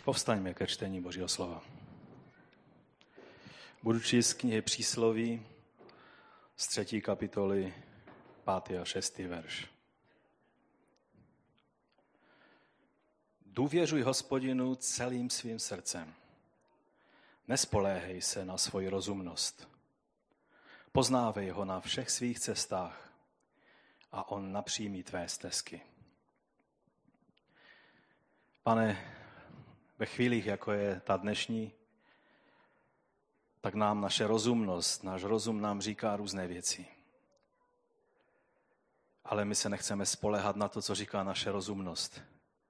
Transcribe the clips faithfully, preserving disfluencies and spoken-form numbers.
Povstaňme ke čtení Božího slova. Budu číst knihy Přísloví z třetí kapitoly, pátý a šestý verš. Důvěřuj Hospodinu celým svým srdcem. Nespoléhej se na svoji rozumnost. Poznávej ho na všech svých cestách a on napřímí tvé stezky. Pane, ve chvílích, jako je ta dnešní, tak nám naše rozumnost, náš rozum nám říká různé věci. Ale my se nechceme spoléhat na to, co říká naše rozumnost.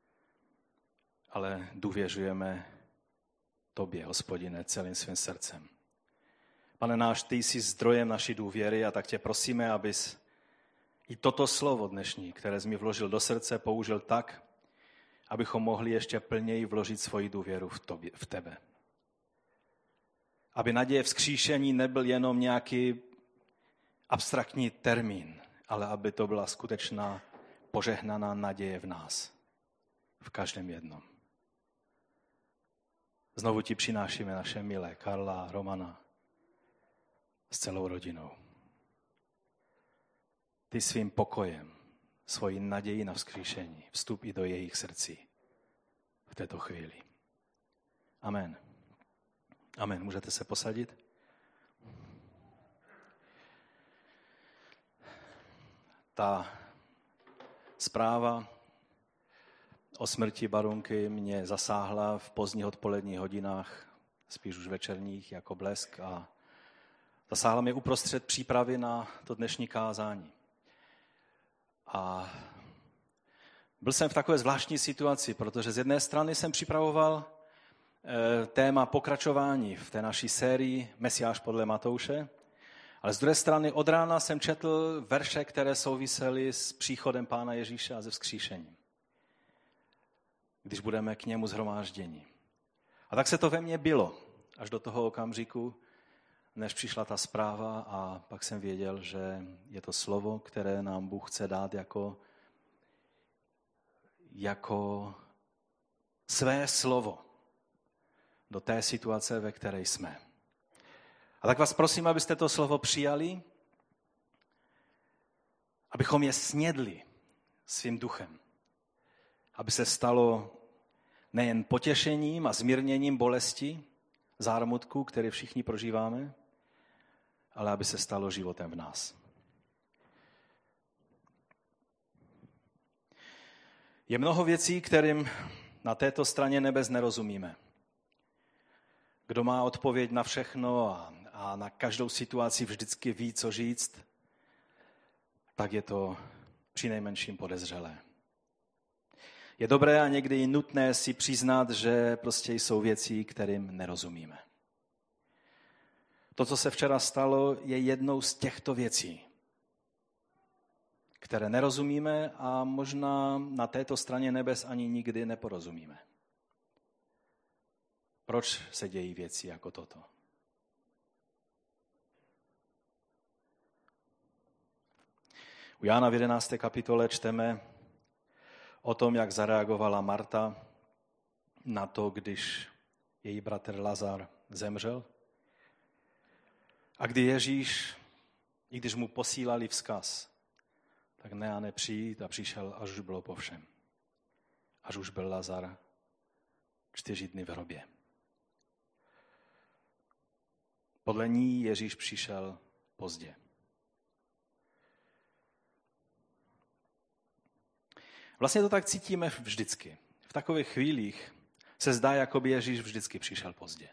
Ale důvěřujeme tobě, Hospodine, celým svým srdcem. Pane náš, ty jsi zdrojem naší důvěry a tak tě prosíme, abys i toto slovo dnešní, které jsi mi vložil do srdce, použil tak, abychom mohli ještě plněji vložit svoji důvěru v, tobě, v tebe. Aby naděje vzkříšení nebyl jenom nějaký abstraktní termín, ale aby to byla skutečná požehnaná naděje v nás, v každém jednom. Znovu ti přinášíme naše milé Karla, Romana s celou rodinou. Ty svým pokojem, svoji naději na vzkříšení, vstup i do jejich srdcí v této chvíli. Amen. Amen. Můžete se posadit? Ta zpráva o smrti Barunky mě zasáhla v pozdních odpoledních hodinách, spíš už večerních, jako blesk, a zasáhla mě uprostřed přípravy na to dnešní kázání. A byl jsem v takové zvláštní situaci, protože z jedné strany jsem připravoval téma pokračování v té naší sérii Mesiáš podle Matouše, ale z druhé strany od rána jsem četl verše, které souvisely s příchodem Pána Ježíše a se vzkříšením, když budeme k němu shromážděni. A tak se to ve mně bylo, až do toho okamžiku, než přišla ta zpráva, a pak jsem věděl, že je to slovo, které nám Bůh chce dát jako, jako své slovo do té situace, ve které jsme. A tak vás prosím, abyste to slovo přijali, abychom je snědli svým duchem, aby se stalo nejen potěšením a zmírněním bolesti, zármutku, který všichni prožíváme, ale aby se stalo životem v nás. Je mnoho věcí, kterým na této straně nebes nerozumíme. Kdo má odpověď na všechno a, a na každou situaci vždycky ví, co říct, tak je to přinejmenším podezřelé. Je dobré a někdy i nutné si přiznat, že prostě jsou věci, kterým nerozumíme. To, co se včera stalo, je jednou z těchto věcí, které nerozumíme a možná na této straně nebes ani nikdy neporozumíme. Proč se dějí věci jako toto? U Jána v jedenácté kapitole čteme o tom, jak zareagovala Marta na to, když její bratr Lazar zemřel. A kdy Ježíš, i když mu posílali vzkaz, tak ne a nepřijít, a přišel, až už bylo po všem. Až už byl Lazar čtyři dny v hrobě. Podle ní Ježíš přišel pozdě. Vlastně to tak cítíme vždycky. V takových chvílích se zdá, jako by Ježíš vždycky přišel pozdě.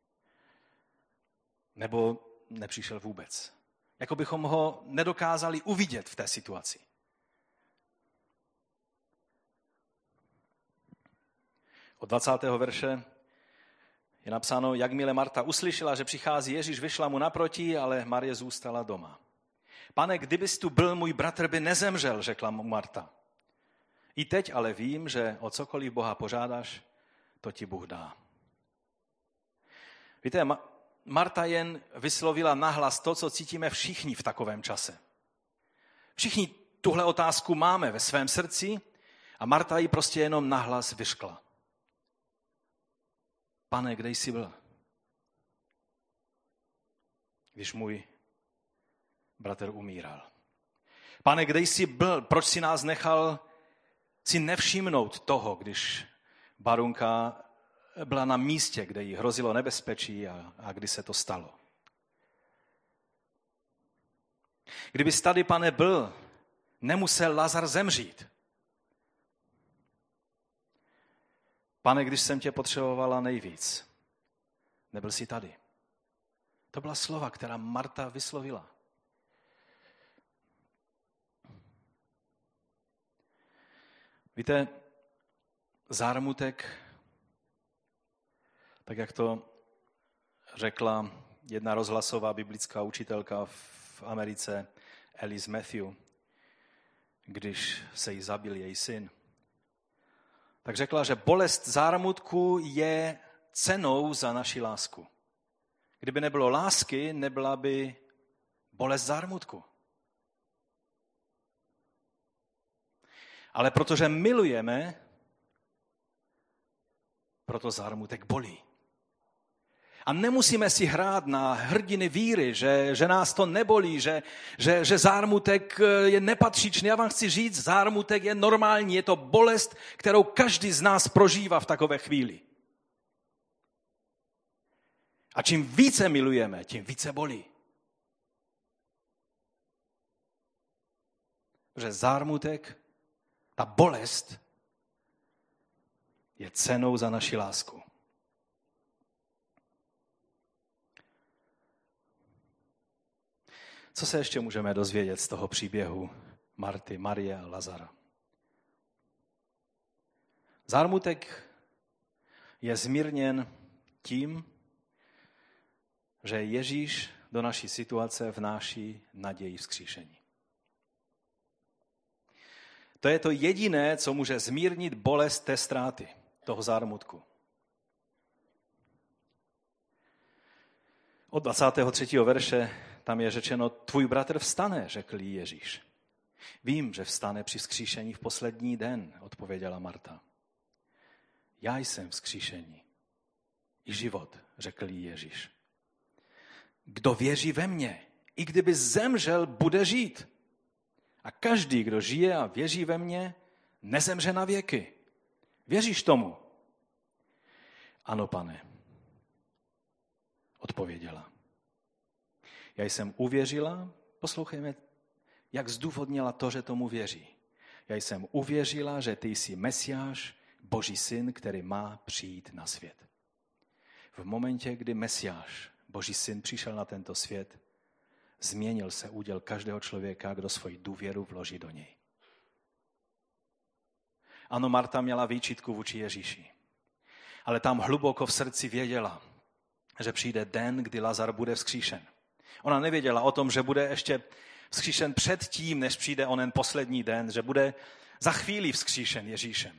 Nebo nepřišel vůbec. Jako bychom ho nedokázali uvidět v té situaci. Od dvacátého verše je napsáno, jakmile Marta uslyšela, že přichází Ježíš, vyšla mu naproti, ale Marie zůstala doma. Pane, kdybys tu byl, můj bratr by nezemřel, řekla mu Marta. I teď ale vím, že o cokoliv Boha požádáš, to ti Bůh dá. Víte, Marta jen vyslovila nahlas to, co cítíme všichni v takovém čase. Všichni tuhle otázku máme ve svém srdci a Marta ji prostě jenom nahlas vyřkla. Pane, kde jsi byl? Když můj bratr umíral. Pane, kde jsi byl? Proč jsi nás nechal si nevšimnout toho, když Barunka byla na místě, kde jí hrozilo nebezpečí a, a kdy se to stalo? Kdybys tady, Pane, byl, nemusel Lazar zemřít. Pane, když jsem tě potřebovala nejvíc, nebyl jsi tady. To byla slova, která Marta vyslovila. Víte, zármutek, tak jak to řekla jedna rozhlasová biblická učitelka v Americe, Alice Matthew, když se jí zabil její syn, tak řekla, že bolest zármutku je cenou za naši lásku. Kdyby nebylo lásky, nebyla by bolest zármutku. Ale protože milujeme, proto zármutek bolí. A nemusíme si hrát na hrdiny víry, že, že nás to nebolí, že, že, že zármutek je nepatřičný. Já vám chci říct, zármutek je normální, je to bolest, kterou každý z nás prožívá v takové chvíli. A čím více milujeme, tím více bolí. Protože zármutek, ta bolest, je cenou za naši lásku. Co se ještě můžeme dozvědět z toho příběhu Marty, Marie a Lazara? Zármutek je zmírněn tím, že Ježíš do naší situace vnáší naději vzkříšení. To je to jediné, co může zmírnit bolest té ztráty, toho zármutku. Od dvacátého třetího verše tam je řečeno, tvůj bratr vstane, řekl jí Ježíš. Vím, že vstane při vzkříšení v poslední den, odpověděla Marta. Já jsem vzkříšení i život, řekl jí Ježíš. Kdo věří ve mě, i kdyby zemřel, bude žít. A každý, kdo žije a věří ve mě, nezemře na věky. Věříš tomu? Ano, Pane, odpověděla. Já jsem uvěřila, poslouchejme, jak zdůvodnila to, že tomu věří. Já jsem uvěřila, že ty jsi Mesiáš, Boží syn, který má přijít na svět. V momentě, kdy Mesiáš, Boží syn, přišel na tento svět, změnil se úděl každého člověka, kdo svoji důvěru vloží do něj. Ano, Marta měla výčitku vůči Ježíši, ale tam hluboko v srdci věděla, že přijde den, kdy Lazar bude vzkříšen. Ona nevěděla o tom, že bude ještě vzkříšen před tím, než přijde onen poslední den, že bude za chvíli vzkříšen Ježíšem.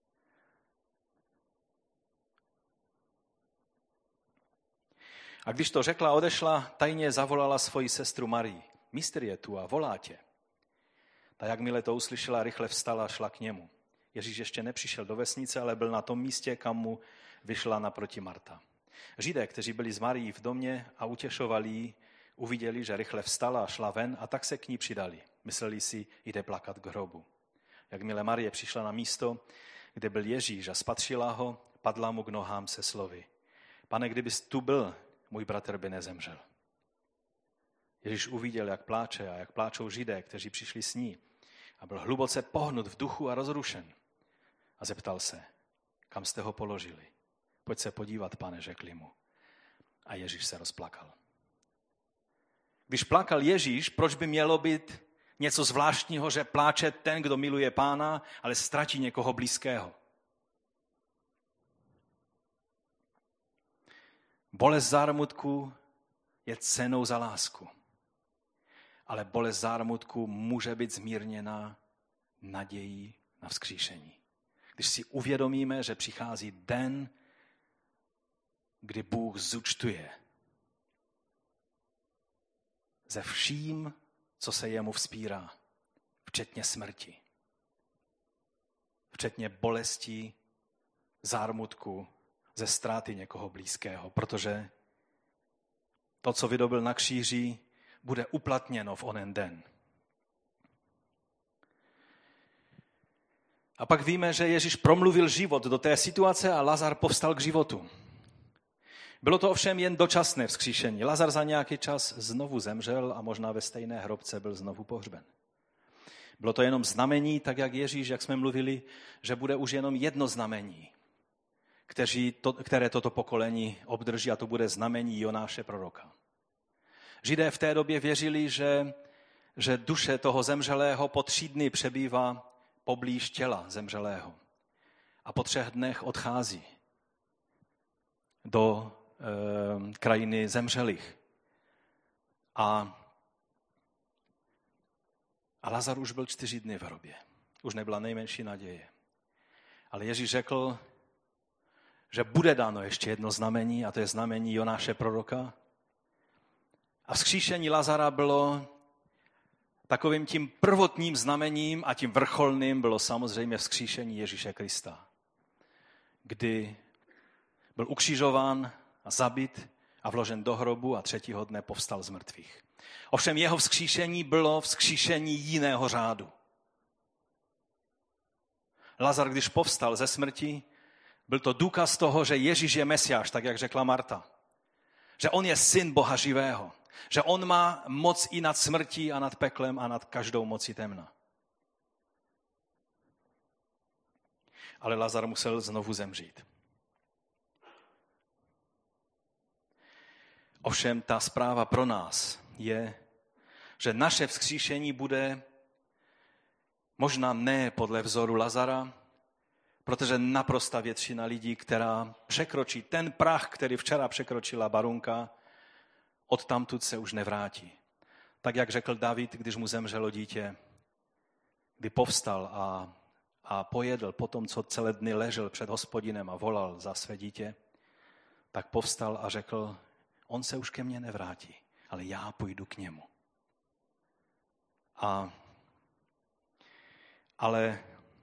A když to řekla, odešla, tajně zavolala svoji sestru Marii. Mistr je tu a volá tě. Ta jakmile to uslyšela, rychle vstala a šla k němu. Ježíš ještě nepřišel do vesnice, ale byl na tom místě, kam mu vyšla naproti Marta. Židé, kteří byli s Marií v domě a utěšovali ji, uviděli, že rychle vstala a šla ven a tak se k ní přidali. Mysleli si, jde plakat k hrobu. Jakmile Marie přišla na místo, kde byl Ježíš a spatřila ho, padla mu k nohám se slovy. Pane, kdybys tu byl, můj bratr by nezemřel. Ježíš uviděl, jak pláče a jak pláčou Židé, kteří přišli s ní, a byl hluboce pohnut v duchu a rozrušen. A zeptal se, kam jste ho položili? Pojď se podívat, pane, řekli mu. A Ježíš se rozplakal. Když plakal Ježíš, proč by mělo být něco zvláštního, že pláče ten, kdo miluje Pána, ale ztratí někoho blízkého? Bolest zármutku je cenou za lásku. Ale bolest zármutku může být zmírněna nadějí na vzkříšení. Když si uvědomíme, že přichází den, kdy Bůh zúčtuje ze vším, co se jemu vzpírá, včetně smrti, včetně bolesti, zármutku ze ztráty někoho blízkého, protože to, co vydobyl na kříži, bude uplatněno v onen den. A pak víme, že Ježíš promluvil život do té situace a Lazar povstal k životu. Bylo to ovšem jen dočasné vzkříšení. Lazar za nějaký čas znovu zemřel a možná ve stejné hrobce byl znovu pohřben. Bylo to jenom znamení, tak jak Ježíš, jak jsme mluvili, že bude už jenom jedno znamení, kteří to, které toto pokolení obdrží, a to bude znamení Jonáše proroka. Židé v té době věřili, že, že duše toho zemřelého po tři dny přebývá poblíž těla zemřelého a po třech dnech odchází do e, krajiny zemřelých. A, a Lazar už byl čtyři dny v hrobě. Už nebyla nejmenší naděje. Ale Ježíš řekl, že bude dáno ještě jedno znamení, a to je znamení Jonáše proroka. A vzkříšení Lazara bylo takovým tím prvotním znamením a tím vrcholným bylo samozřejmě vzkříšení Ježíše Krista, kdy byl ukřižován a zabit a vložen do hrobu a třetího dne povstal z mrtvých. Ovšem jeho vzkříšení bylo vzkříšení jiného řádu. Lazar, když povstal ze smrti, byl to důkaz toho, že Ježíš je Mesiáš, tak jak řekla Marta. Že on je syn Boha živého. Že on má moc i nad smrtí a nad peklem a nad každou mocí temna. Ale Lazar musel znovu zemřít. Ovšem ta zpráva pro nás je, že naše vzkříšení bude možná ne podle vzoru Lazara, protože naprosta většina lidí, která překročí ten prach, který včera překročila Barunka, odtamtud se už nevrátí. Tak, jak řekl David, když mu zemřelo dítě, kdy povstal a, a pojedl po tom, co celé dny ležel před Hospodinem a volal za své dítě, tak povstal a řekl, on se už ke mně nevrátí, ale já půjdu k němu. A, ale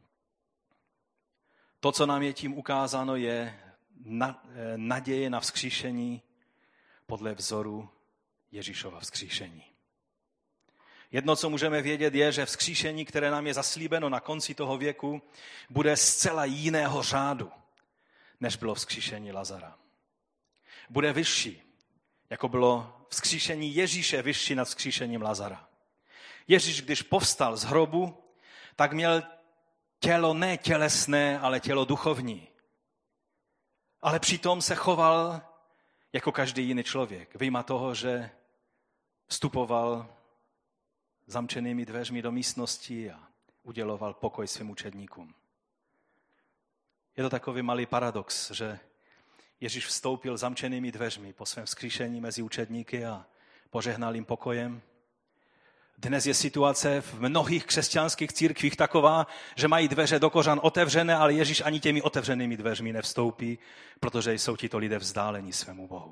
to, co nám je tím ukázáno, je na, naděje na vzkříšení podle vzoru Ježíšova vzkříšení. Jedno, co můžeme vědět, je, že vzkříšení, které nám je zaslíbeno na konci toho věku, bude zcela jiného řádu, než bylo vzkříšení Lazara. Bude vyšší, jako bylo vzkříšení Ježíše vyšší nad vzkříšením Lazara. Ježíš, když povstal z hrobu, tak měl tělo ne tělesné, ale tělo duchovní. Ale přitom se choval jako každý jiný člověk. Vyjma toho, že vstupoval zamčenými dveřmi do místnosti a uděloval pokoj svým učedníkům. Je to takový malý paradox, že Ježíš vstoupil zamčenými dveřmi po svém vzkříšení mezi učedníky a požehnal jim pokojem. Dnes je situace v mnohých křesťanských církvích taková, že mají dveře do kořán otevřené, ale Ježíš ani těmi otevřenými dveřmi nevstoupí, protože jsou tito lidé vzdáleni svému Bohu.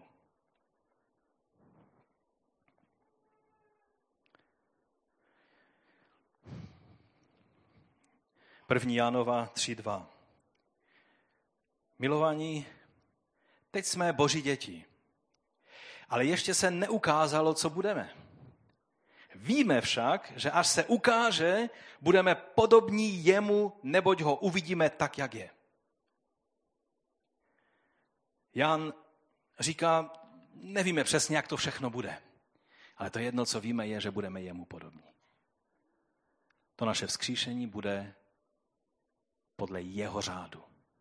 první Janova tři dva. Milovaní, teď jsme Boží děti, ale ještě se neukázalo, co budeme. Víme však, že až se ukáže, budeme podobní jemu, neboť ho uvidíme tak, jak je. Jan říká, nevíme přesně, jak to všechno bude, ale to jedno, co víme, je, že budeme jemu podobní. To naše vzkříšení bude podle jeho řádu.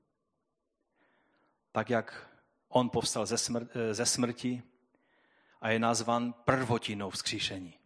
Tak, jak on povstal ze, smr- ze smrti a je nazvan prvotinou vzkříšení,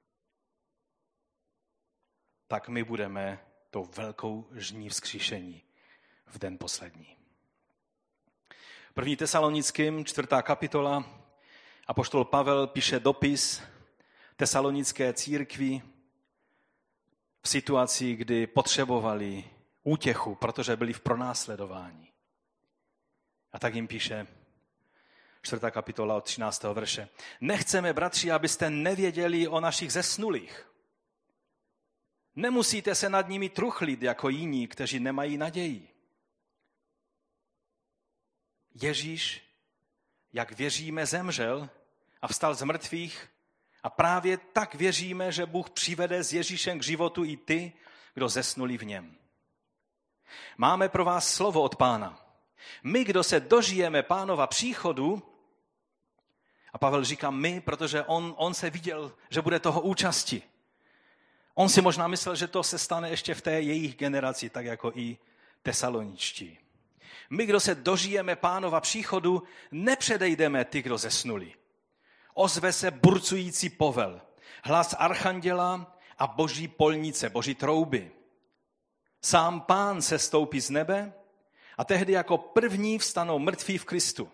tak my budeme tou velkou žní vzkříšení v den poslední. První Tesalonickým, čtvrtá kapitola, apoštol Pavel píše dopis tesalonické církvi v situaci, kdy potřebovali útěchu, protože byli v pronásledování. A tak jim píše čtvrtá kapitola od třináctého verše. Nechceme, bratři, abyste nevěděli o našich zesnulých. Nemusíte se nad nimi truchlit jako jiní, kteří nemají naději. Ježíš, jak věříme, zemřel a vstal z mrtvých a právě tak věříme, že Bůh přivede s Ježíšem k životu i ty, kdo zesnuli v něm. Máme pro vás slovo od Pána. My, kdo se dožijeme Pánova příchodu, a Pavel říká my, protože on, on se viděl, že bude toho účasti. On si možná myslel, že to se stane ještě v té jejich generaci, tak jako i tesaloničtí. My, kdo se dožijeme Pánova příchodu, nepředejdeme ty, kdo zesnuli. Ozve se burcující povel, hlas archanděla a boží polnice, boží trouby. Sám Pán se stoupí z nebe a tehdy jako první vstanou mrtví v Kristu.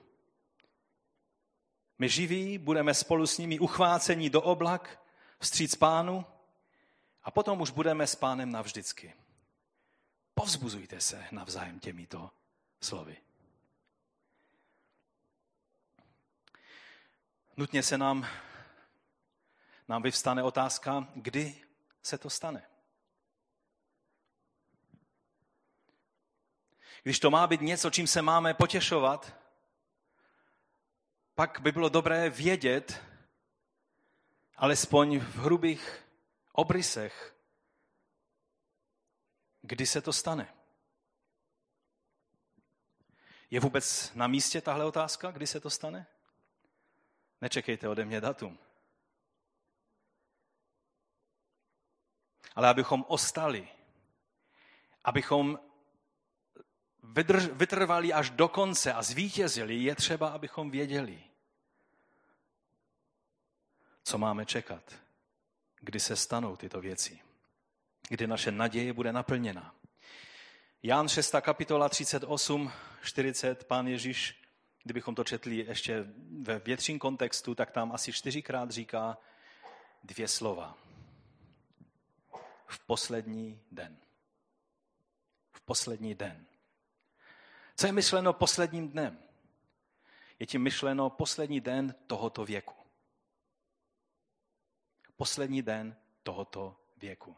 My živí budeme spolu s nimi uchváceni do oblak, vstříc Pánu a potom už budeme s Pánem navždycky. Povzbuzujte se navzájem těmito slovy. Nutně se nám, nám vyvstane otázka, kdy se to stane. Když to má být něco, čím se máme potěšovat, pak by bylo dobré vědět, alespoň v hrubých obrysech, kdy se to stane. Je vůbec na místě tahle otázka, kdy se to stane? Nečekejte ode mě datum. Ale abychom ostali, abychom vydrž, vytrvali až do konce a zvítězili, je třeba, abychom věděli, co máme čekat, kdy se stanou tyto věci, kdy naše naděje bude naplněna. Jan šestá kapitola třicet osm čtyřicet, Pán Ježíš, kdybychom to četli ještě ve větším kontextu, tak tam asi čtyřikrát říká dvě slova. V poslední den. V poslední den. Co je myšleno posledním dnem? Je tím myšleno poslední den tohoto věku. Poslední den tohoto věku.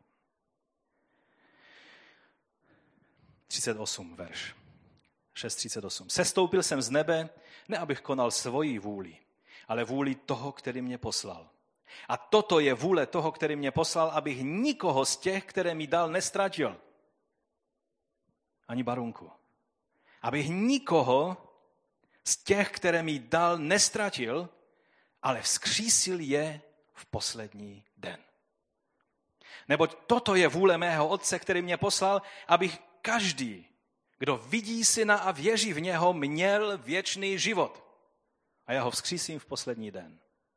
třicet osm verš. šest třicet osm. Sestoupil jsem z nebe, ne abych konal svoji vůli, ale vůli toho, který mě poslal. A toto je vůle toho, který mě poslal, abych nikoho z těch, které mi dal, nestratil. Ani barunku. Abych nikoho z těch, které mi dal, nestratil, ale vzkřísil je v poslední den. Neboť toto je vůle mého Otce, který mě poslal, abych každý, kdo vidí Syna a věří v něho, měl věčný život. A já ho vzkřísím v poslední den.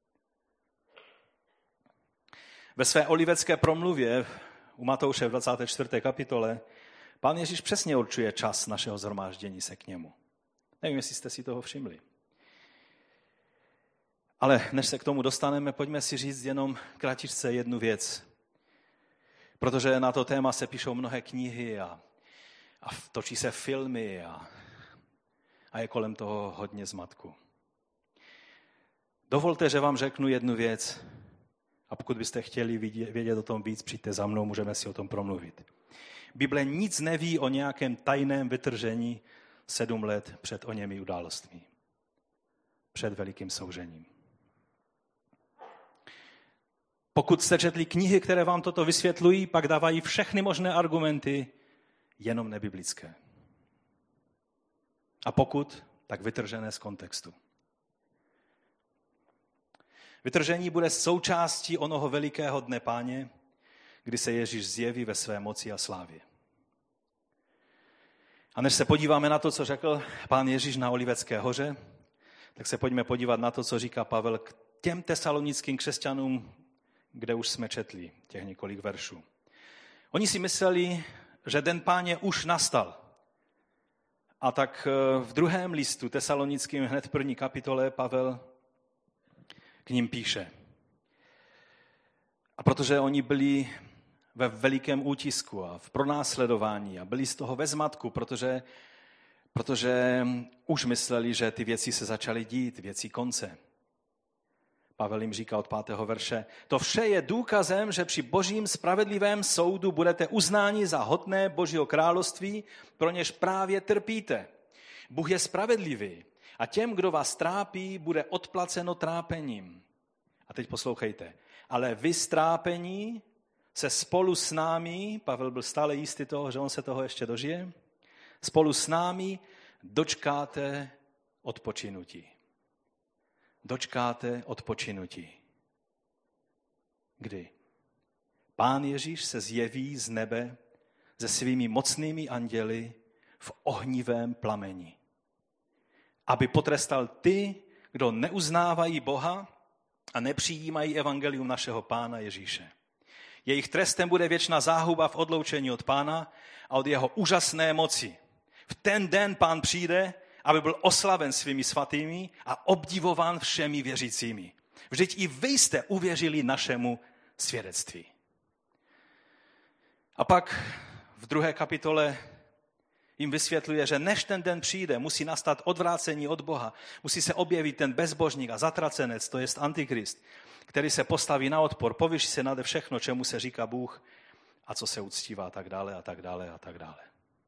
Ve své olivecké promluvě u Matouše v dvacáté čtvrté kapitole Pán Ježíš přesně určuje čas našeho shromáždění se k němu. Nevím, jestli jste si toho všimli. Ale než se k tomu dostaneme, pojďme si říct jenom kratičce jednu věc. Protože na to téma se píšou mnohé knihy a, a točí se filmy a, a je kolem toho hodně zmatku. Dovolte, že vám řeknu jednu věc a pokud byste chtěli vědět o tom víc, přijďte za mnou, můžeme si o tom promluvit. Bible nic neví o nějakém tajném vytržení sedm let před oněmi událostmi. Před velikým soužením. Pokud jste četli knihy, které vám toto vysvětlují, pak dávají všechny možné argumenty, jenom nebiblické. A pokud, tak vytržené z kontextu. Vytržení bude součástí onoho velikého dne Páně, kdy se Ježíš zjeví ve své moci a slávě. A než se podíváme na to, co řekl Pán Ježíš na Olivecké hoře, tak se pojďme podívat na to, co říká Pavel k těm tesalonickým křesťanům, kde už jsme četli těch několik veršů. Oni si mysleli, že den Páně už nastal. A tak v druhém listu tesalonickým, hned v první kapitole, Pavel k ním píše. A protože oni byli ve velikém útisku a v pronásledování a byli z toho ve zmatku, protože, protože už mysleli, že ty věci se začaly dít, věci konce. Pavel jim říká od pátého verše, to vše je důkazem, že při božím spravedlivém soudu budete uznáni za hodné božího království, pro něž právě trpíte. Bůh je spravedlivý a těm, kdo vás trápí, bude odplaceno trápením. A teď poslouchejte. Ale vy strápení se spolu s námi, Pavel byl stále jistý toho, že on se toho ještě dožije, spolu s námi dočkáte odpočinutí. Dočkáte odpočinutí. Kdy? Pán Ježíš se zjeví z nebe se svými mocnými anděli v ohnivém plameni, aby potrestal ty, kdo neuznávají Boha a nepřijímají evangelium našeho Pána Ježíše. Jejich trestem bude věčná záhuba v odloučení od Pána a od jeho úžasné moci. V ten den Pán přijde, aby byl oslaven svými svatými a obdivován všemi věřícími. Vždyť i vy jste uvěřili našemu svědectví. A pak v druhé kapitole jim vysvětluje, že než ten den přijde, musí nastat odvrácení od Boha. Musí se objevit ten bezbožník a zatracenec, to jest Antikrist, který se postaví na odpor, povyší se nade všechno, čemu se říká Bůh a co se uctívá a tak dále a tak dále a tak dále.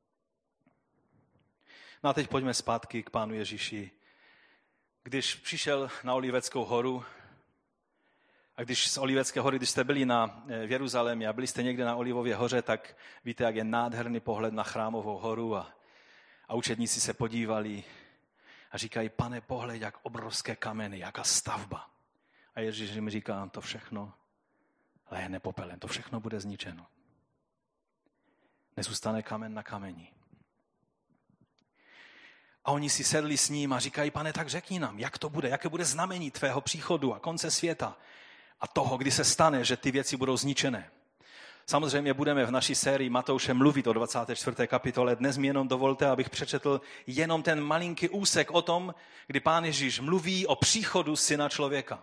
No a teď pojďme zpátky k Pánu Ježíši. Když přišel na Oliveckou horu, a když z Olivecké hory, když jste byli na, v Jeruzalémě a byli jste někde na Olivově hoře, tak víte, jak je nádherný pohled na Chrámovou horu a, a učedníci se podívali a říkají, Pane, pohled, jak obrovské kameny, jaká stavba. A Ježíš jim říká, to všechno lehne popelem, to všechno bude zničeno. Nezůstane kamen na kameni. A oni si sedli s ním a říkají, Pane, tak řekni nám, jak to bude, jaké bude znamení tvého příchodu a konce světa a toho, kdy se stane, že ty věci budou zničené. Samozřejmě budeme v naší sérii Matouše mluvit o dvacáté čtvrté kapitole. Dnes mi jenom dovolte, abych přečetl jenom ten malinký úsek o tom, kdy Pán Ježíš mluví o příchodu Syna člověka.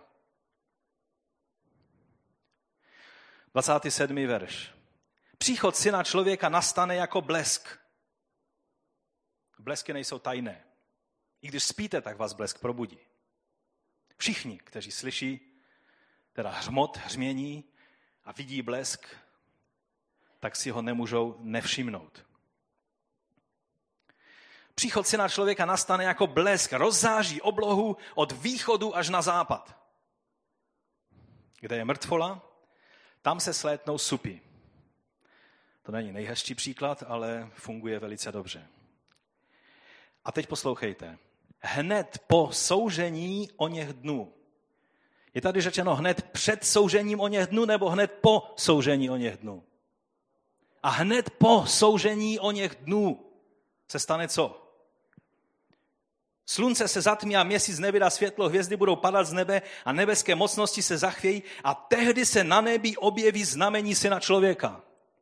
dvacátý sedmý verš. Příchod Syna člověka nastane jako blesk. Blesky nejsou tajné. I když spíte, tak vás blesk probudí. Všichni, kteří slyší, teda hřmot, hřmění a vidí blesk, tak si ho nemůžou nevšimnout. Příchod Syna člověka nastane jako blesk, rozzáří oblohu od východu až na západ. Kde je mrtvola, tam se slétnou supy. To není nejhezčí příklad, ale funguje velice dobře. A teď poslouchejte. Hned po soužení o něch dnů. Je tady řečeno hned před soužením o něch dnů nebo hned po soužení o něch dnů? A hned po soužení o něch dnů se stane co? Slunce se zatmí a měsíc nevydá světlo, hvězdy budou padat z nebe a nebeské mocnosti se zachvějí a tehdy se na nebi objeví znamení Syna člověka.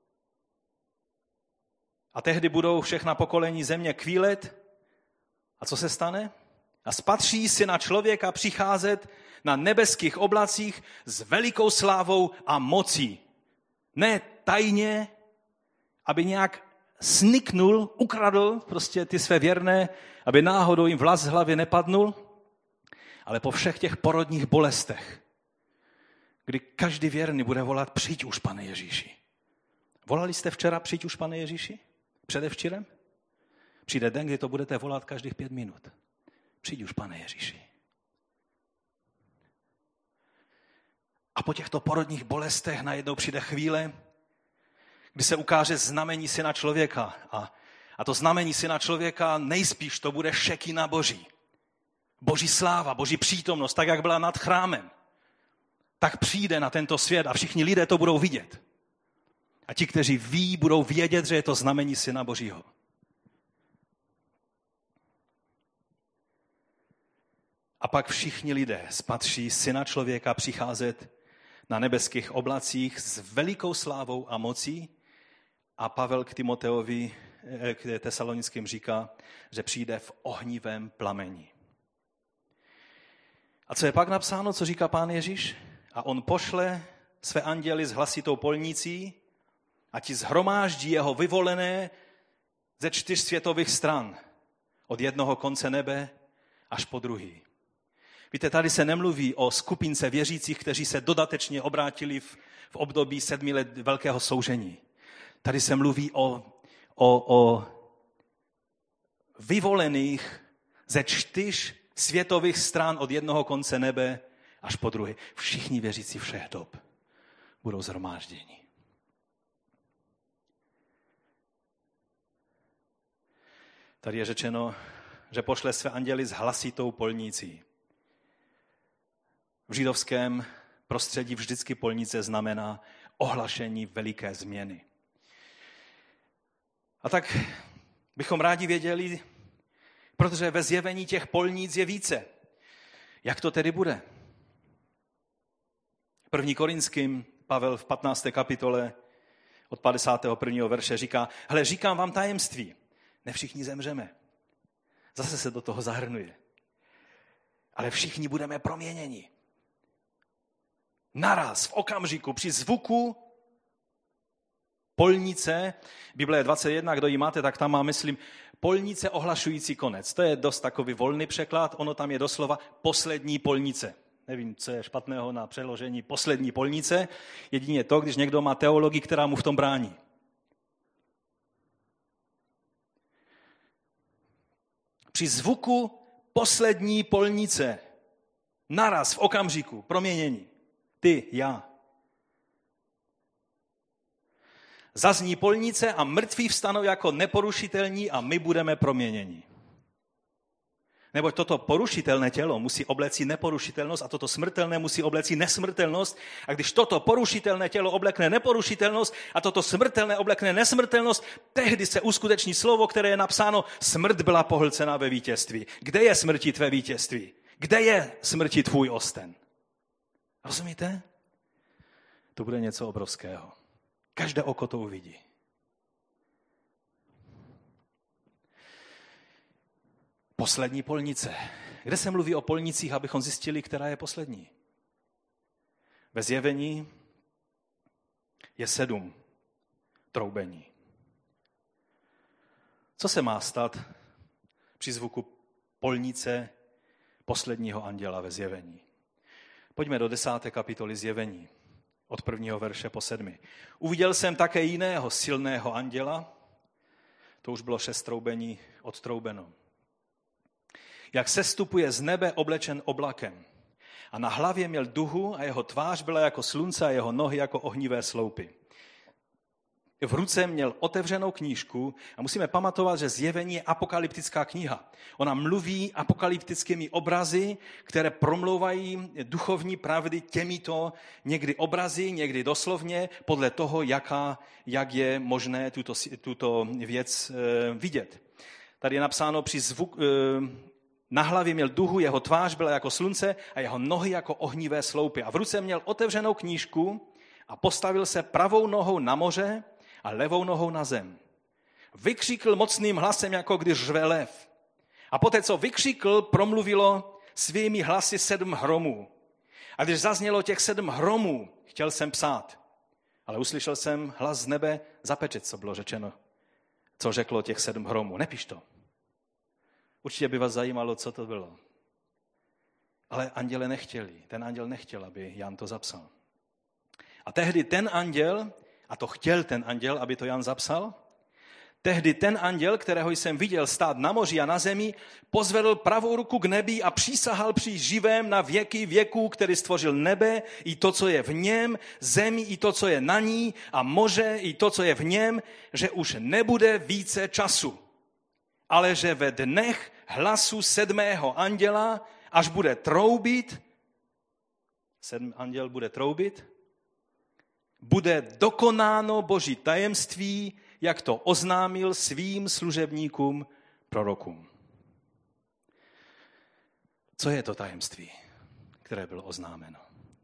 A tehdy budou všechna pokolení země kvílet. A co se stane? A spatří Syna člověka přicházet na nebeských oblacích s velikou slávou a mocí. Ne tajně, aby nějak sniknul, ukradl prostě ty své věrné, aby náhodou jim vlas z hlavy nepadnul, ale po všech těch porodních bolestech, kdy každý věrný bude volat, přijď už, Pane Ježíši. Volali jste včera, přijď už, Pane Ježíši? Předevčírem? Přijde den, kdy to budete volat každých pět minut. Přijď už, Pane Ježíši. A po těchto porodních bolestech najednou přijde chvíle, kdy se ukáže znamení Syna člověka. A, a to znamení Syna člověka nejspíš to bude šekina Boží. Boží sláva, Boží přítomnost, tak jak byla nad chrámem. Tak přijde na tento svět a všichni lidé to budou vidět. A ti, kteří ví, budou vědět, že je to znamení Syna Božího. A pak všichni lidé spatří Syna člověka přicházet na nebeských oblacích s velikou slávou a mocí. A Pavel k Timoteovi, k Tesalonickým říká, že přijde v ohnivém plameni. A co je pak napsáno, co říká Pán Ježíš? A on pošle své anděly s hlasitou polnicí a ti shromáždí jeho vyvolené ze čtyř světových stran. Od jednoho konce nebe až po druhý. Víte, tady se nemluví o skupince věřících, kteří se dodatečně obrátili v, v období sedmi let velkého soužení. Tady se mluví o, o, o vyvolených ze čtyř světových stran od jednoho konce nebe až po druhý. Všichni věřící všech dob budou shromážděni. Tady je řečeno, že pošle své anděly s hlasitou polnicí. V židovském prostředí vždycky polnice znamená ohlašení veliké změny. A tak bychom rádi věděli, protože ve zjevení těch polnic je více. Jak to tedy bude? První Korinským Pavel v patnácté kapitole od padesátého prvního verše říká, hele, říkám vám tajemství, ne všichni zemřeme. Zase se do toho zahrnuje. Ale všichni budeme proměněni. Naraz, v okamžiku, při zvuku polnice, Bible dvacet jedna, kdo ji máte, tak tam má, myslím, polnice ohlašující konec. To je dost takový volný překlad, ono tam je doslova poslední polnice. Nevím, co je špatného na přeložení poslední polnice, jedině to, když někdo má teologii, která mu v tom brání. Při zvuku poslední polnice, naraz v okamžiku, proměnění. Ty, já. Zazní polnice a mrtví vstanou jako neporušitelní a my budeme proměněni. Neboť toto porušitelné tělo musí obléci neporušitelnost a toto smrtelné musí obléci nesmrtelnost. A když toto porušitelné tělo oblekne neporušitelnost a toto smrtelné oblekne nesmrtelnost, tehdy se uskuteční slovo, které je napsáno, smrt byla pohlcena ve vítězství. Kde je smrti tvé vítězství? Kde je smrti tvůj osten? Rozumíte? To bude něco obrovského. Každé oko to uvidí. Poslední polnice. Kde se mluví o polnicích, abychom zjistili, která je poslední? Ve zjevení je sedm troubení. Co se má stát při zvuku polnice posledního anděla ve zjevení? Pojďme do desáté kapitoly zjevení, od prvního verše po sedmi. Uviděl jsem také jiného silného anděla, to už bylo šest troubení odtroubeno. Jak sestupuje z nebe oblečen oblakem. A na hlavě měl duhu a jeho tvář byla jako slunce a jeho nohy jako ohnivé sloupy. V ruce měl otevřenou knížku a musíme pamatovat, že zjevení je apokalyptická kniha. Ona mluví apokalyptickými obrazy, které promlouvají duchovní pravdy těmito někdy obrazy, někdy doslovně, podle toho, jaká, jak je možné tuto, tuto věc vidět. Tady je napsáno při zvuk... Na hlavě měl duhu, jeho tvář byla jako slunce a jeho nohy jako ohnivé sloupy. A v ruce měl otevřenou knížku a postavil se pravou nohou na moře a levou nohou na zem. Vykřikl mocným hlasem, jako když řve lev. A poté, co vykřikl, promluvilo svými hlasy sedm hromů. A když zaznělo těch sedm hromů, chtěl jsem psát. Ale uslyšel jsem hlas z nebe, zapečet, co bylo řečeno. Co řeklo těch sedm hromů. Nepiš to. Určitě by vás zajímalo, co to bylo. Ale anděle nechtěli. Ten anděl nechtěl, aby Jan to zapsal. A tehdy ten anděl, a to chtěl ten anděl, aby to Jan zapsal, tehdy ten anděl, kterého jsem viděl stát na moři a na zemi, pozvedl pravou ruku k nebi a přísahal při živém na věky věků, který stvořil nebe, i to, co je v něm, zemi, i to, co je na ní, a moře, i to, co je v něm, že už nebude více času. Ale že ve dnech hlasu sedmého anděla, až bude troubit, sedm anděl bude troubit, bude dokonáno Boží tajemství, jak to oznámil svým služebníkům, prorokům. Co je to tajemství, které bylo oznámeno?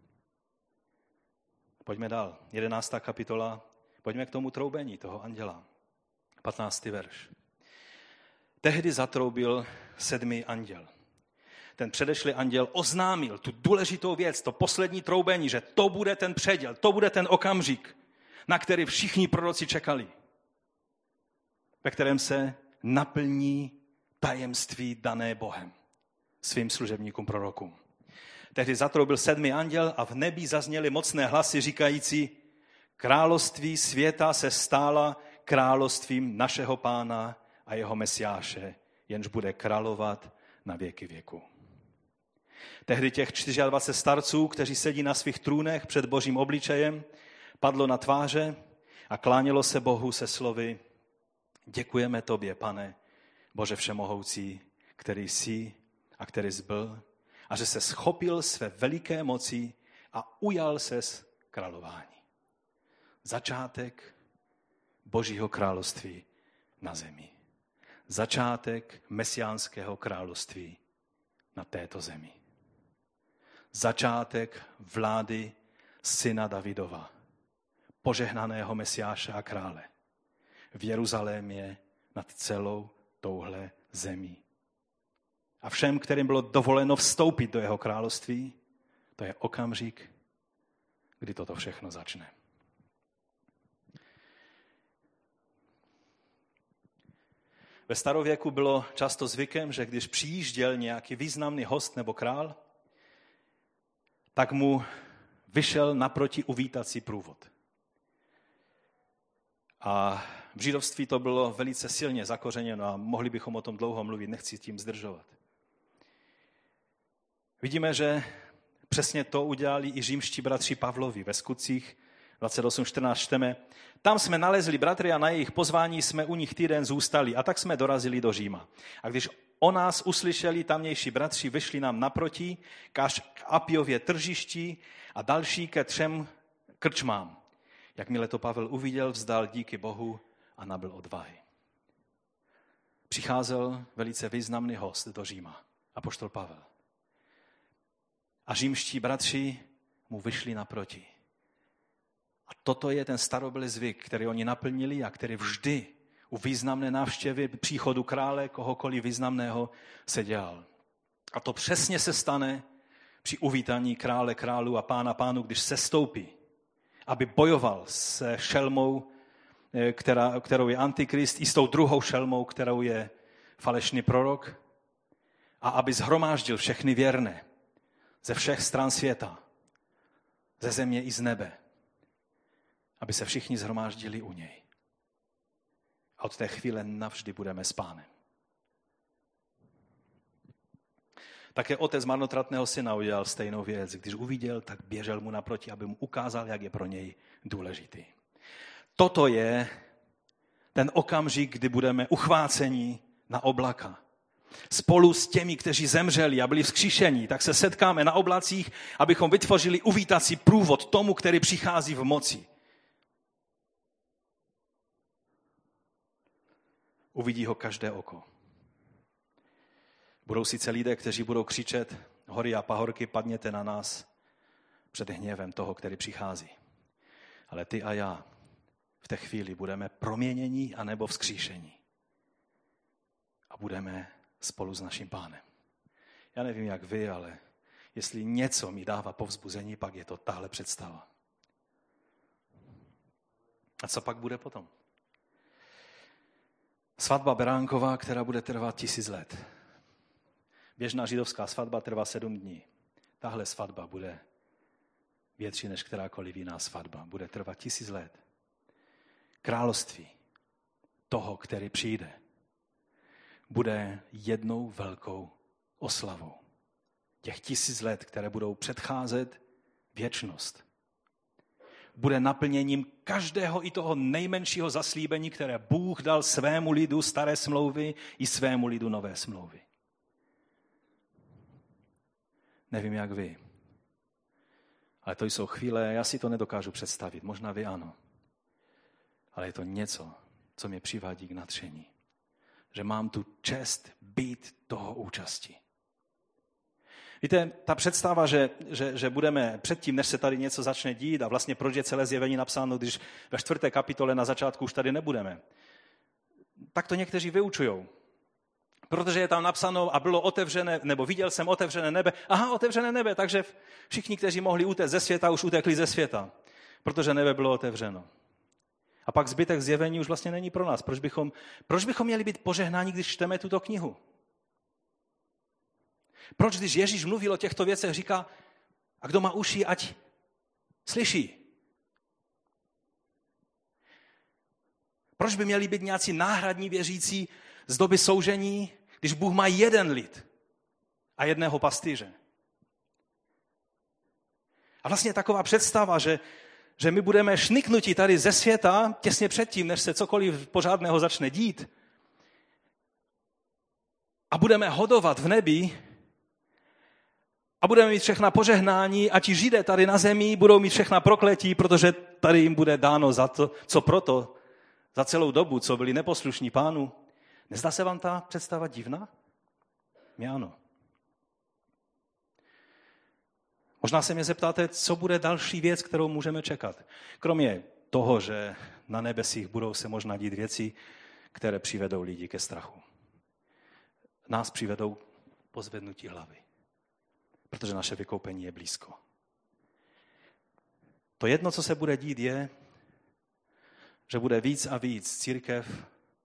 Pojďme dál. Jedenáctá kapitola. Pojďme k tomu troubení toho anděla. Patnáctý verš. Tehdy zatroubil sedmý anděl. Ten předešlý anděl oznámil tu důležitou věc, to poslední troubení, že to bude ten předěl, to bude ten okamžik, na který všichni proroci čekali, ve kterém se naplní tajemství dané Bohem svým služebníkům prorokům. Tehdy zatroubil sedmý anděl a v nebi zazněly mocné hlasy říkající: království světa se stala královstvím našeho Pána a jeho Mesiáše, jenž bude královat na věky věku. Tehdy těch dvacet čtyři starců, kteří sedí na svých trůnech před Božím obličejem, padlo na tváře a klánělo se Bohu se slovy: děkujeme tobě, Pane, Bože všemohoucí, který jsi a který zbyl, a že se schopil své veliké moci a ujal ses králování. Začátek Božího království na zemi. Začátek mesiánského království na této zemi. Začátek vlády syna Davidova, požehnaného Mesiáše a krále v Jeruzalémě nad celou touhle zemí. A všem, kterým bylo dovoleno vstoupit do jeho království, to je okamžik, kdy toto všechno začne. Ve starověku bylo často zvykem, že když přijížděl nějaký významný host nebo král, tak mu vyšel naproti uvítací průvod. A v židovství to bylo velice silně zakořeněno a mohli bychom o tom dlouho mluvit, nechci tím zdržovat. Vidíme, že přesně to udělali i římští bratři Pavlovi. Ve Skutcích dvacet osm čtrnáct čteme: tam jsme nalezli bratry a na jejich pozvání jsme u nich týden zůstali a tak jsme dorazili do Říma. A když o nás uslyšeli tamnější bratři, vyšli nám naproti k Apiově tržišti a další ke třem krčmám. Jakmile to Pavel uviděl, vzdal díky Bohu a nabyl odvahy. Přicházel velice významný host do Říma, apoštol Pavel. A římští bratři mu vyšli naproti. A toto je ten starobylý zvyk, který oni naplnili a který vždy u významné návštěvy příchodu krále, kohokoliv významného, se dělal. A to přesně se stane při uvítání krále králu a pána pánu, když se stoupí, aby bojoval se šelmou, která, kterou je Antikrist, i s tou druhou šelmou, kterou je falešný prorok, a aby shromáždil všechny věrné ze všech stran světa, ze země i z nebe, aby se všichni shromáždili u něj. A od té chvíle navždy budeme s Pánem. Také otec marnotratného syna udělal stejnou věc. Když uviděl, tak běžel mu naproti, aby mu ukázal, jak je pro něj důležitý. Toto je ten okamžik, kdy budeme uchváceni na oblaka. Spolu s těmi, kteří zemřeli a byli vzkříšeni, tak se setkáme na oblacích, abychom vytvořili uvítací průvod tomu, který přichází v moci. Uvidí ho každé oko. Budou sice lidé, kteří budou křičet: hory a pahorky, padněte na nás před hněvem toho, který přichází. Ale ty a já v té chvíli budeme proměněni anebo vzkříšení. A budeme spolu s naším Pánem. Já nevím, jak vy, ale jestli něco mi dává povzbuzení, pak je to tahle představa. A co pak bude potom? Svatba beránková, která bude trvat tisíc let. Běžná židovská svatba trvá sedm dní. Tahle svatba bude větší než kterákoliv jiná svatba. Bude trvat tisíc let. Království toho, který přijde, bude jednou velkou oslavou. Těch tisíc let, které budou předcházet věčnost. Bude naplněním každého i toho nejmenšího zaslíbení, které Bůh dal svému lidu staré smlouvy i svému lidu nové smlouvy. Nevím, jak vy, ale to jsou chvíle, já si to nedokážu představit, možná vy ano. Ale je to něco, co mě přivádí k nadšení. Že mám tu čest být toho účastí. Víte, ta představa, že, že, že budeme předtím, než se tady něco začne dít, a vlastně proč je celé zjevení napsáno, když ve čtvrté kapitole na začátku už tady nebudeme, tak to někteří vyučujou. Protože je tam napsáno a bylo otevřené, nebo viděl jsem otevřené nebe. Aha, otevřené nebe, takže všichni, kteří mohli utéct ze světa, už utekli ze světa, protože nebe bylo otevřeno. A pak zbytek zjevení už vlastně není pro nás. Proč bychom, proč bychom měli být požehnáni, když čteme tuto knihu? Proč, když Ježíš mluvil o těchto věcech, říká, a kdo má uši, ať slyší? Proč by měli být nějací náhradní věřící z doby soužení, Když Bůh má jeden lid a jedného pastýře. A vlastně taková představa, že, že my budeme šniknuti tady ze světa těsně předtím, než se cokoliv pořádného začne dít, a budeme hodovat v nebi a budeme mít všechna požehnání a ti Židé tady na zemi budou mít všechna prokletí, protože tady jim bude dáno za to, co proto, za celou dobu, co byli neposlušní Pánu. Nezdá se vám ta představa divná? Mně ano. Možná se mě zeptáte, co bude další věc, kterou můžeme čekat. Kromě toho, že na nebesích budou se možná dít věci, které přivedou lidi ke strachu. Nás přivedou pozvednutí hlavy, protože naše vykoupení je blízko. To jedno, co se bude dít, je, že bude víc a víc církev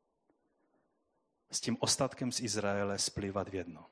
s tím ostatkem z Izraele splývat v jedno.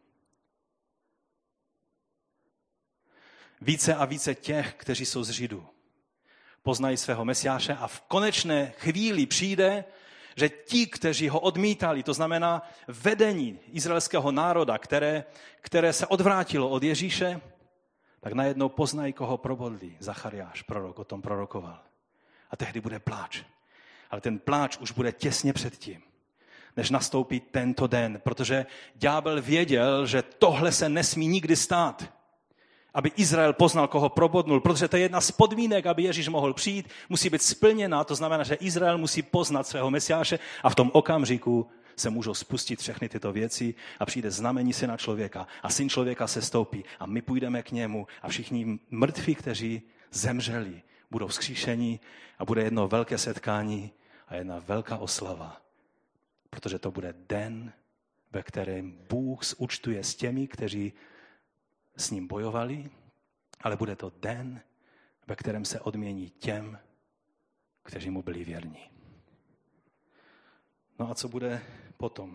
Více a více těch, kteří jsou z Židů, poznají svého Mesiáše a v konečné chvíli přijde, že ti, kteří ho odmítali, to znamená vedení izraelského národa, které, které se odvrátilo od Ježíše, tak najednou poznají, koho probodlí. Zachariáš, prorok, o tom prorokoval. A tehdy bude pláč. Ale ten pláč už bude těsně předtím, než nastoupí tento den, protože ďábel věděl, že tohle se nesmí nikdy stát. Aby Izrael poznal, koho probodnul, protože to je jedna z podmínek, aby Ježíš mohl přijít, musí být splněna, to znamená, že Izrael musí poznat svého Mesiáše a v tom okamžiku se můžou spustit všechny tyto věci a přijde znamení syna člověka a syn člověka se stoupí a my půjdeme k němu a všichni mrtví, kteří zemřeli, budou vzkříšeni a bude jedno velké setkání a jedna velká oslava, protože to bude den, ve kterém Bůh zúčtuje s těmi, kteří s ním bojovali, ale bude to den, ve kterém se odmění těm, kteří mu byli věrní. No a co bude potom?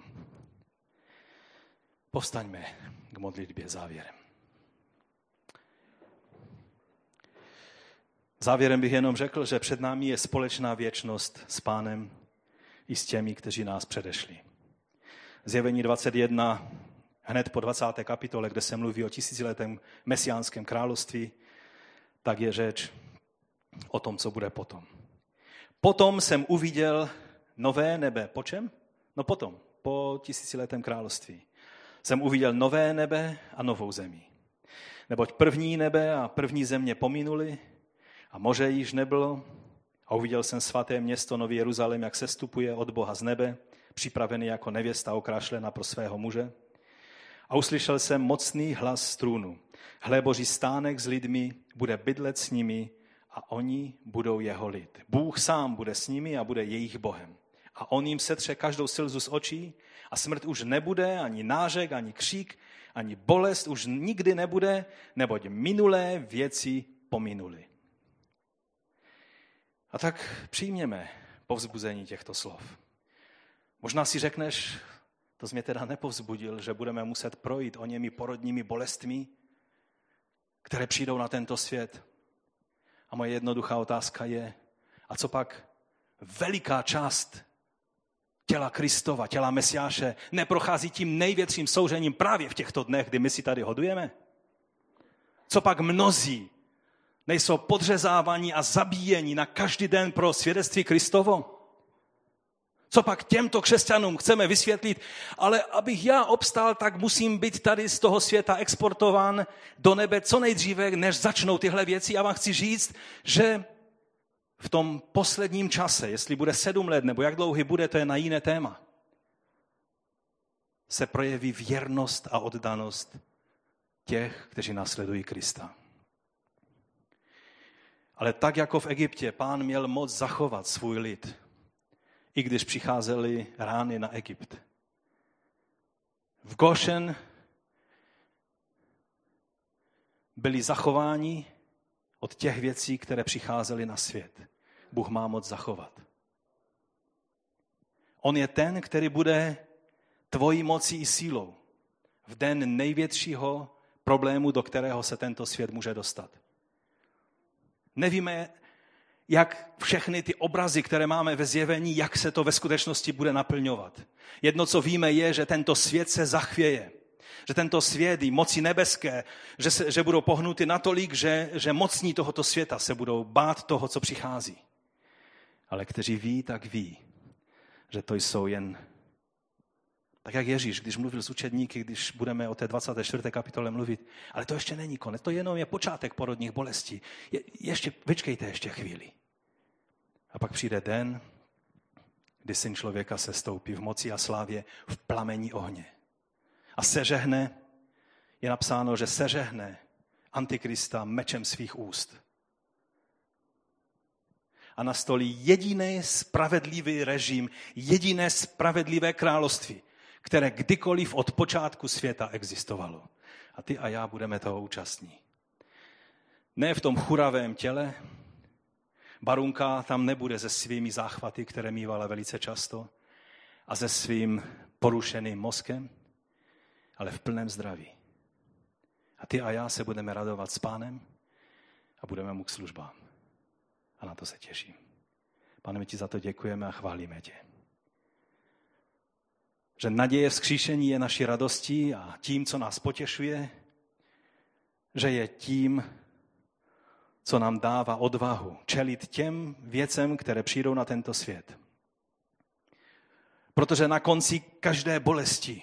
Povstaňme k modlitbě závěrem. Závěrem bych jenom řekl, že před námi je společná věčnost s Pánem i s těmi, kteří nás předešli. Zjevení dvacet jedna, hned po dvacáté kapitole, kde se mluví o tisíciletém mesiánském království, tak je řeč o tom, co bude potom. Potom jsem uviděl nové nebe. Po čem? No potom, po tisíciletém království. Jsem uviděl nové nebe a novou zemi. Neboť první nebe a první země pominuly a moře již nebylo a uviděl jsem svaté město Nový Jeruzalém, jak sestupuje od Boha z nebe, připravený jako nevěsta okrášlená pro svého muže. A uslyšel jsem mocný hlas z trůnu. Hle, Boží stánek s lidmi, bude bydlet s nimi a oni budou jeho lid. Bůh sám bude s nimi a bude jejich Bohem. A on jim setře každou slzu z očí a smrt už nebude, ani nářek, ani křík, ani bolest už nikdy nebude, neboť minulé věci pominuly. A tak přijměme povzbuzení těchto slov. Možná si řekneš, to jsi mě teda nepovzbudil, že budeme muset projít o němi porodními bolestmi, které přijdou na tento svět. A moje jednoduchá otázka je, a co pak veliká část těla Kristova, těla Mesiáše, neprochází tím největším soužením právě v těchto dnech, kdy my si tady hodujeme? Co pak mnozí nejsou podřezávaní a zabíjení na každý den pro svědectví Kristovo? Co pak těmto křesťanům chceme vysvětlit? Ale abych já obstál, tak musím být tady z toho světa exportován do nebe co nejdříve, než začnou tyhle věci. Já vám chci říct, že v tom posledním čase, jestli bude sedm let, nebo jak dlouhý bude, to je na jiné téma, se projeví věrnost a oddanost těch, kteří následují Krista. Ale tak jako v Egyptě Pán měl moc zachovat svůj lid, i když přicházely rány na Egypt. V Gošen byli zachováni od těch věcí, které přicházely na svět. Bůh má moc zachovat. On je ten, který bude tvojí mocí i sílou v den největšího problému, do kterého se tento svět může dostat. Nevíme, jak všechny ty obrazy, které máme ve zjevení, jak se to ve skutečnosti bude naplňovat. Jedno, co víme, je, že tento svět se zachvěje. Že tento svět i moci nebeské, že, se, že budou pohnuty natolik, že, že mocní tohoto světa se budou bát toho, co přichází. Ale kteří ví, tak ví, že to jsou jen... Tak jak Ježíš, když mluvil s učedníky, když budeme o té dvacáté čtvrté kapitole mluvit, ale to ještě není konec, to jenom je počátek porodních bolestí. Je, ještě, vyčkejte ještě chvíli. A pak přijde den, kdy Syn člověka se stoupí v moci a slávě v plamení ohně. A sežehne, je napsáno, že sežehne Antikrista mečem svých úst. A nastolí jediný spravedlivý režim, jediné spravedlivé království, které kdykoliv od počátku světa existovalo. A ty a já budeme toho účastní. Ne v tom churavém těle, Barunka tam nebude se svými záchvaty, které mívala velice často, a se svým porušeným mozkem, ale v plném zdraví. A ty a já se budeme radovat s Pánem a budeme mu k službám. A na to se těším. Pane, my ti za to děkujeme a chválíme tě. Že naděje vzkříšení je naší radostí a tím, co nás potěšuje, že je tím, co nám dává odvahu čelit těm věcem, které přijdou na tento svět. Protože na konci každé bolesti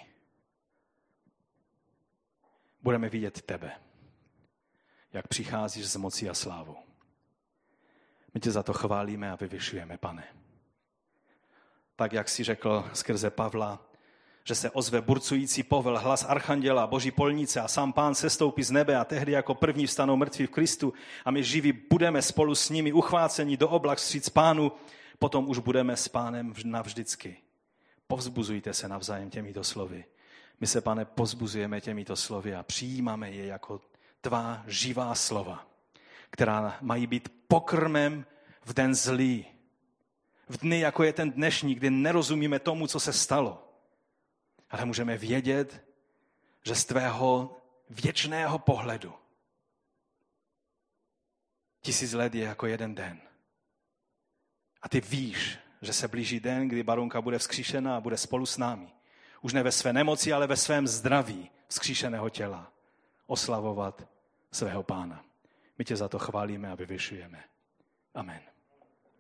budeme vidět tebe, jak přicházíš z moci a slávou. My tě za to chválíme a vyvyšujeme, Pane. Tak, jak jsi řekl skrze Pavla, že se ozve burcující povel, hlas archanděla, boží polnice a sám Pán sestoupí z nebe a tehdy jako první vstanou mrtví v Kristu a my živí budeme spolu s nimi uchváceni do oblak vstříc Pánu, potom už budeme s Pánem navždycky. Povzbuzujte se navzájem těmito slovy. My se, Pane, povzbuzujeme těmito slovy a přijímáme je jako tvá živá slova, která mají být pokrmem v den zlý. V dny, jako je ten dnešní, kdy nerozumíme tomu, co se stalo. Ale můžeme vědět, že z tvého věčného pohledu tisíc let je jako jeden den. A ty víš, že se blíží den, kdy Barunka bude vzkříšena a bude spolu s námi. Už ne ve své nemoci, ale ve svém zdraví vzkříšeného těla oslavovat svého Pána. My tě za to chválíme a vyvyšujeme. Amen.